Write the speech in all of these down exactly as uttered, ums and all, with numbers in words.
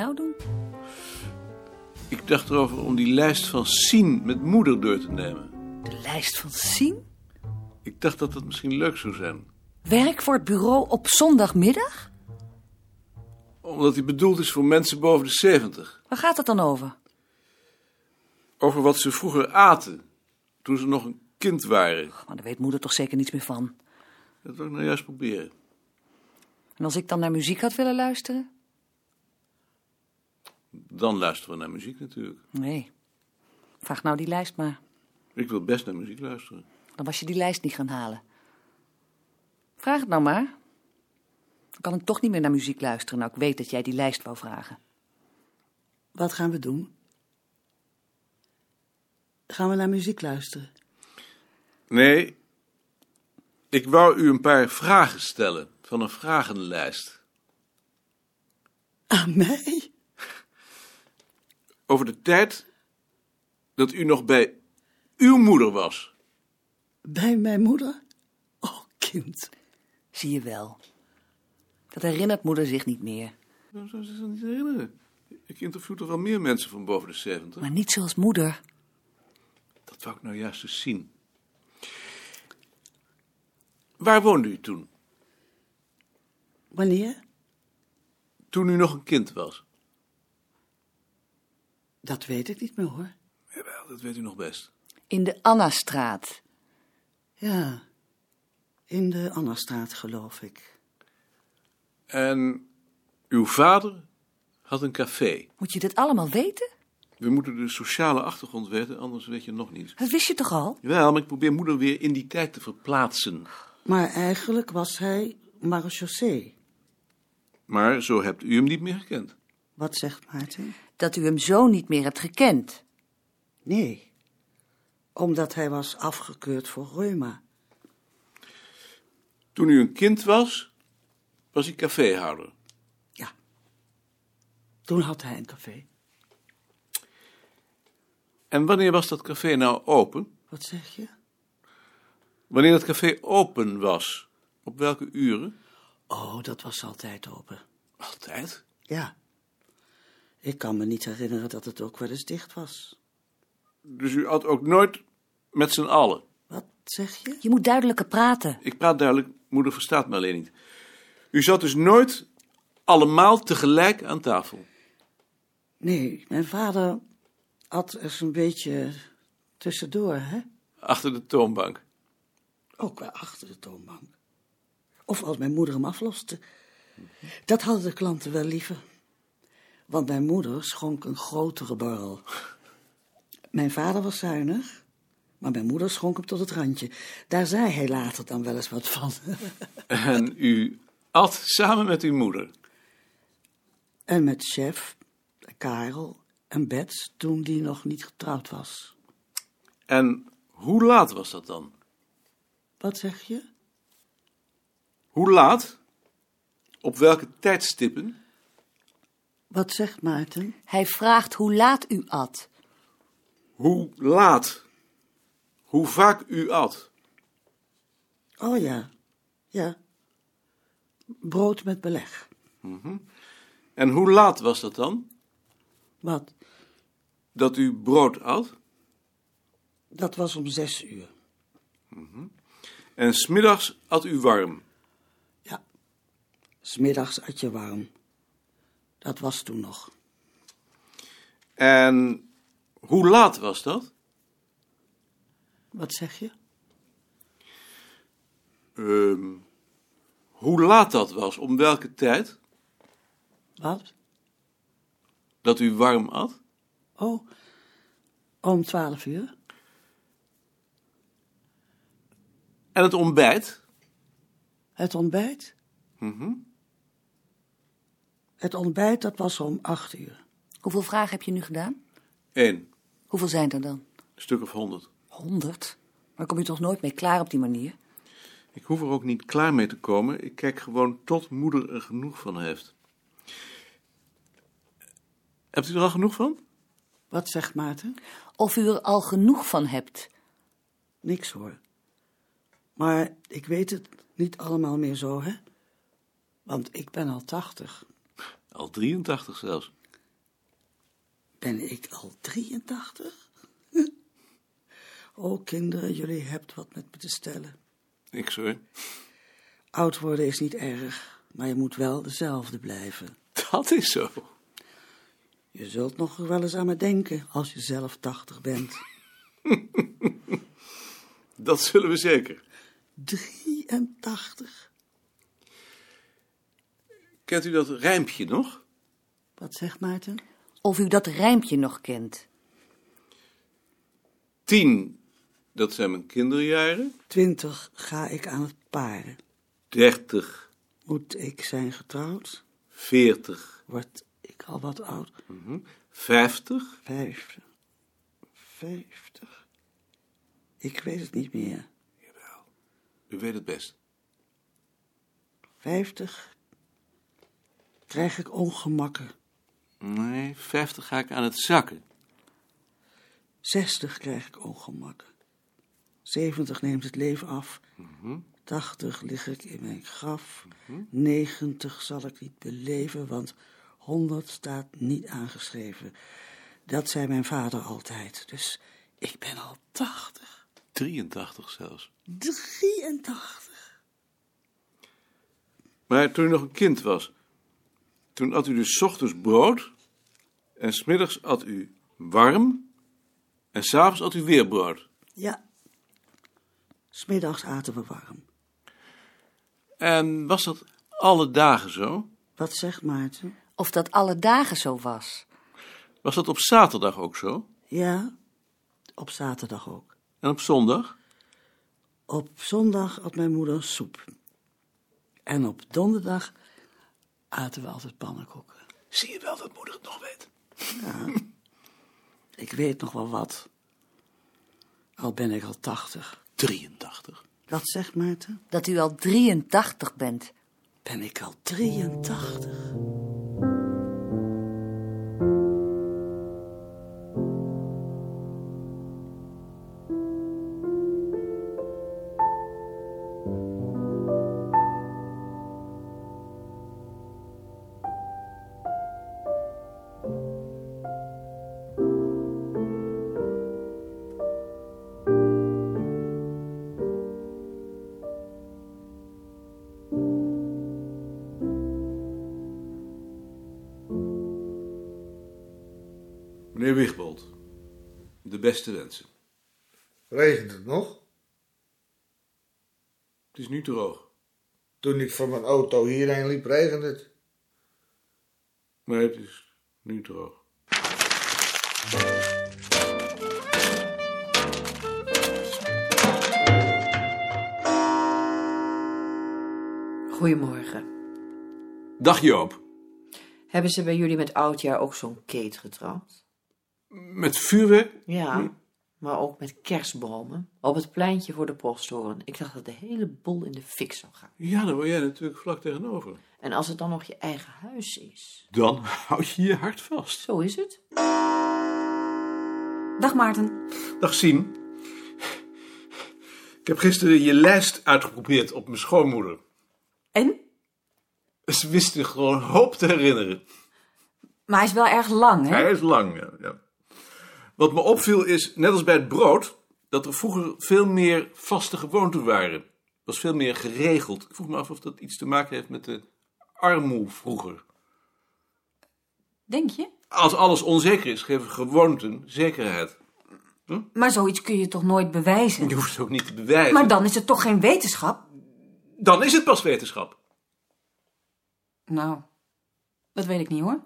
nou doen? Ik dacht erover om die lijst van Sien met moeder door te nemen. De lijst van Sien? Ik dacht dat dat misschien leuk zou zijn. Werk voor het bureau op zondagmiddag? Omdat die bedoeld is voor mensen boven de zeventig. Waar gaat het dan over? Over wat ze vroeger aten, toen ze nog een kind waren. Maar daar weet moeder toch zeker niets meer van. Dat wil ik nou juist proberen. En als ik dan naar muziek had willen luisteren? Dan luisteren we naar muziek natuurlijk. Nee. Vraag nou die lijst maar. Ik wil best naar muziek luisteren. Dan was je die lijst niet gaan halen. Vraag het nou maar. Dan kan ik toch niet meer naar muziek luisteren, nou ik weet dat jij die lijst wou vragen. Wat gaan we doen? Gaan we naar muziek luisteren? Nee, ik wou u een paar vragen stellen van een vragenlijst. Aan mij? Over de tijd dat u nog bij uw moeder was. Bij mijn moeder? Oh, kind. Zie je wel. Dat herinnert moeder zich niet meer. Waarom zou ze zich niet herinneren? Ik interview toch wel meer mensen van boven de zeventig? Maar niet zoals moeder. Dat wou ik nou juist eens zien. Waar woonde u toen? Wanneer? Toen u nog een kind was. Dat weet ik niet meer, hoor. Jawel, dat weet u nog best. In de Annastraat. Ja, in de Annastraat, geloof ik. En uw vader had een café. Moet je dit allemaal weten? We moeten de sociale achtergrond weten, anders weet je nog niet. Dat wist je toch al? Jawel, maar ik probeer moeder weer in die tijd te verplaatsen. Maar eigenlijk was hij marechaussee. Maar zo hebt u hem niet meer gekend. Wat zegt Maarten? Dat u hem zo niet meer hebt gekend. Nee, omdat hij was afgekeurd voor reuma. Toen u een kind was, was hij caféhouder. Ja, toen had hij een café. En wanneer was dat café nou open? Wat zeg je? Wanneer het café open was, op welke uren? Oh, dat was altijd open. Altijd? Ja. Ik kan me niet herinneren dat het ook wel eens dicht was. Dus u had ook nooit met z'n allen? Wat zeg je? Je moet duidelijker praten. Ik praat duidelijk, moeder verstaat me alleen niet. U zat dus nooit allemaal tegelijk aan tafel? Nee, mijn vader at er zo'n beetje tussendoor, hè? Achter de toonbank? Ook wel achter de toonbank. Of als mijn moeder hem afloste. Dat hadden de klanten wel liever. Want mijn moeder schonk een grotere borrel. Mijn vader was zuinig, maar mijn moeder schonk hem tot het randje. Daar zei hij later dan wel eens wat van. En u at samen met uw moeder? En met chef, Karel en Bets, toen die nog niet getrouwd was. En hoe laat was dat dan? Wat zeg je? Hoe laat? Op welke tijdstippen? Wat zegt Maarten? Hij vraagt hoe laat u at. Hoe laat? Hoe vaak u at? Oh ja, ja. Brood met beleg. Mm-hmm. En hoe laat was dat dan? Wat? Dat u brood at? Dat was om zes uur. Mm-hmm. En 's middags at u warm? Ja, 's middags at je warm. Dat was toen nog. En hoe laat was dat? Wat zeg je? Um, hoe laat dat was? Om welke tijd? Wat? Dat u warm at? Oh, om twaalf uur. En het ontbijt? Het ontbijt? Mm-hmm. Het ontbijt, dat was om acht uur. Hoeveel vragen heb je nu gedaan? Eén. Hoeveel zijn er dan? Een stuk of honderd. Honderd? Maar kom je toch nooit mee klaar op die manier? Ik hoef er ook niet klaar mee te komen. Ik kijk gewoon tot moeder er genoeg van heeft. Hebt u er al genoeg van? Wat zegt Maarten? Of u er al genoeg van hebt? Niks hoor. Maar ik weet het niet allemaal meer zo, hè? Want ik ben al tachtig. Al drieëntachtig zelfs. Ben ik al drieëntachtig? Oh, kinderen, jullie hebt wat met me te stellen. Ik, sorry. Oud worden is niet erg, maar je moet wel dezelfde blijven. Dat is zo. Je zult nog wel eens aan me denken als je zelf tachtig bent. Dat zullen we zeker. drieëntachtig. Kent u dat rijmpje nog? Wat zegt Maarten? Of u dat rijmpje nog kent. Tien, dat zijn mijn kinderjaren. Twintig ga ik aan het paren. Dertig, Moet ik zijn getrouwd? veertig, Word ik al wat oud? vijftig, Vijftig. Vijftig. Ik weet het niet meer. jawel, u weet het best. Vijftig. Krijg ik ongemakken. Nee, vijftig ga ik aan het zakken. Zestig krijg ik ongemakken. Zeventig neemt het leven af. Tachtig lig ik in mijn graf. Negentig zal ik niet beleven, want honderd staat niet aangeschreven. Dat zei mijn vader altijd. Dus ik ben al tachtig. drieëntachtig zelfs. Drieëntachtig. Maar toen u nog een kind was, toen at u dus 's ochtends brood en 's middags at u warm en 's avonds at u weer brood. Ja. 'S middags aten we warm. En was dat alle dagen zo? Wat zegt Maarten? Of dat alle dagen zo was. Was dat op zaterdag ook zo? Ja, op zaterdag ook. En op zondag? Op zondag at mijn moeder soep. En op donderdag aten we altijd pannenkoeken. Zie je wel dat moeder het nog weet? Ik weet nog wel wat. Al ben ik al tachtig. drieëntachtig. Wat zegt Maarten? Dat u al drieëntachtig bent. Ben ik al drieëntachtig? Meneer Wigbold, de beste wensen. Regent het nog? Het is nu droog, Toen ik van mijn auto hierheen liep, regende het. maar het is nu droog. Goedemorgen. Dag Joop. Hebben ze bij jullie met oudjaar ook zo'n keet getrouwd? Met vuurwerk? Ja, maar ook met kerstbomen. Op het pleintje voor de posthoorn. Ik dacht dat de hele boel in de fik zou gaan. Ja, dan word jij natuurlijk vlak tegenover. En als het dan nog je eigen huis is. Dan houd je je hart vast. Zo is het. Dag Maarten. Dag Sien. Ik heb gisteren je lijst uitgeprobeerd op mijn schoonmoeder. En? Ze wist er gewoon een hoop te herinneren. Maar hij is wel erg lang, hè? Hij is lang, ja, ja. Wat me opviel is, net als bij het brood, dat er vroeger veel meer vaste gewoonten waren. Het was veel meer geregeld. Ik vroeg me af of dat iets te maken heeft met de armoe vroeger. Denk je? Als alles onzeker is, geven gewoonten zekerheid. Maar zoiets kun je toch nooit bewijzen? Je hoeft het ook niet te bewijzen. Maar dan is het toch geen wetenschap? Dan is het pas wetenschap. Nou, dat weet ik niet hoor.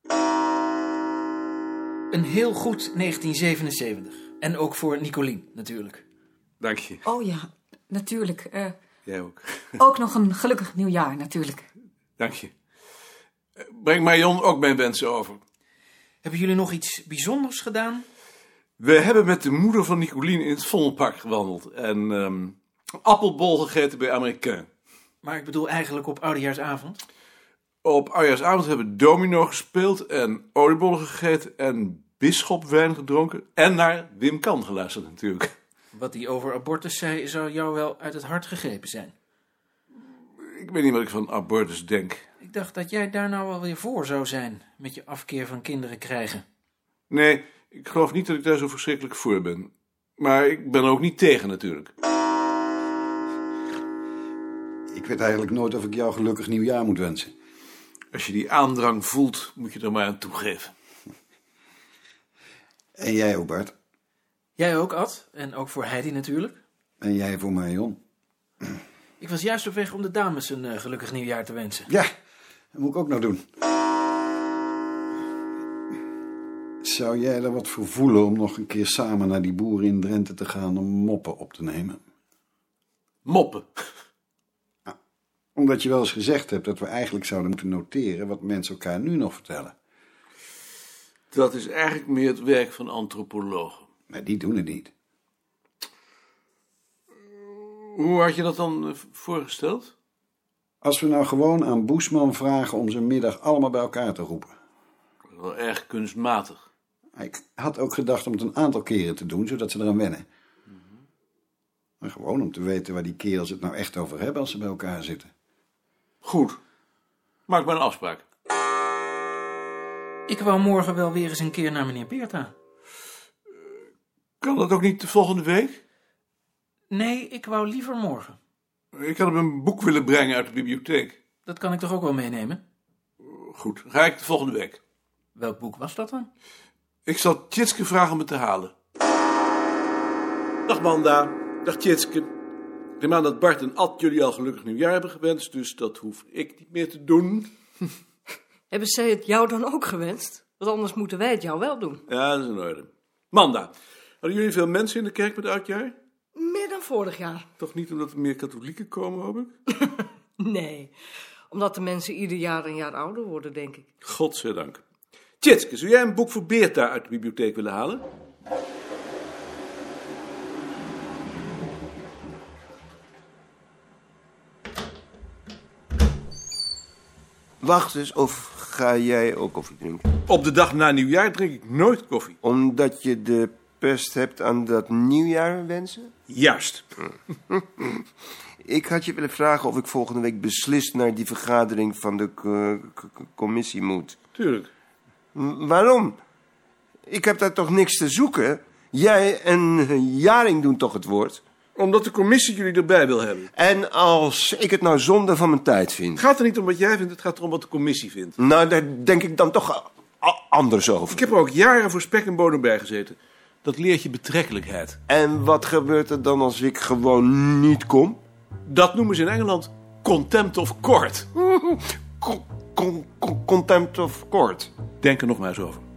Een heel goed negentien zevenenzeventig. En ook voor Nicolien, natuurlijk. Dank je. Oh ja, natuurlijk. Eh, Jij ook. ook nog een gelukkig nieuwjaar, natuurlijk. Dank je. Breng Marion ook mijn wensen over. Hebben jullie nog iets bijzonders gedaan? We hebben met de moeder van Nicolien in het Vondelpark gewandeld. En ehm appelbol gegeten bij Amerikaan. Maar ik bedoel eigenlijk op oudejaarsavond. Op oudejaarsavond hebben we domino gespeeld en oliebollen gegeten en bisschopwijn gedronken. En naar Wim Kan geluisterd natuurlijk. Wat hij over abortus zei, zou jou wel uit het hart gegrepen zijn. Ik weet niet wat ik van abortus denk. Ik dacht dat jij daar nou wel weer voor zou zijn, met je afkeer van kinderen krijgen. Nee, ik geloof niet dat ik daar zo verschrikkelijk voor ben. Maar ik ben er ook niet tegen natuurlijk. Ik weet eigenlijk nooit of ik jou gelukkig nieuwjaar moet wensen. Als je die aandrang voelt, moet je er maar aan toegeven. En jij ook, Bart. Jij ook, Ad. En ook voor Heidi natuurlijk. En jij voor mij, Jon. Ik was juist op weg om de dames een uh, gelukkig nieuwjaar te wensen. Ja, dat moet ik ook nog doen. Zou jij er wat voor voelen om nog een keer samen naar die boeren in Drenthe te gaan om moppen op te nemen? Moppen? Omdat je wel eens gezegd hebt dat we eigenlijk zouden moeten noteren wat mensen elkaar nu nog vertellen. Dat is eigenlijk meer het werk van antropologen. Maar die doen het niet. Hoe had je dat dan voorgesteld? Als we nou gewoon aan Boesman vragen om zijn middag allemaal bij elkaar te roepen. Wel erg kunstmatig. Ik had ook gedacht om het een aantal keren te doen, zodat ze eraan wennen. Mm-hmm. Maar gewoon om te weten waar die kerels het nou echt over hebben als ze bij elkaar zitten. Goed. Maak maar een afspraak. Ik wou morgen wel weer eens een keer naar meneer Beerta. Kan dat ook niet de volgende week? Nee, ik wou liever morgen. Ik had hem een boek willen brengen uit de bibliotheek. Dat kan ik toch ook wel meenemen? Goed, dan ga ik de volgende week. Welk boek was dat dan? Ik zal Tjitske vragen om het te halen. Dag Manda, dag Tjitske. Ik neem aan dat Bart en Ad jullie al gelukkig nieuwjaar hebben gewenst, dus dat hoef ik niet meer te doen. Hebben zij het jou dan ook gewenst? Want anders moeten wij het jou wel doen. Ja, dat is in orde. Manda, hadden jullie veel mensen in de kerk met oudjaar? Meer dan vorig jaar. Toch niet omdat er meer katholieken komen, hoop ik? Nee, omdat de mensen ieder jaar een jaar ouder worden, denk ik. Godzijdank. Tjitske, zou jij een boek voor Beerta uit de bibliotheek willen halen? Wacht eens, of ga jij ook koffie drinken? Op de dag na nieuwjaar drink ik nooit koffie. Omdat je de pest hebt aan dat nieuwjaar wensen? Juist. Ik had je willen vragen of ik volgende week beslist naar die vergadering van de co- co- commissie moet. Tuurlijk. M- waarom? Ik heb daar toch niks te zoeken? Jij en Jaring doen toch het woord? Omdat de commissie jullie erbij wil hebben. En als ik het nou zonde van mijn tijd vind? Het gaat er niet om wat jij vindt, het gaat erom wat de commissie vindt. Nou, daar denk ik dan toch a- anders over. Ik heb er ook jaren voor spek en bodem bij gezeten. Dat leert je betrekkelijkheid. En wat gebeurt er dan als ik gewoon niet kom? Dat noemen ze in Engeland contempt of court. Con- con- con- contempt of court. Denk er nog maar eens over.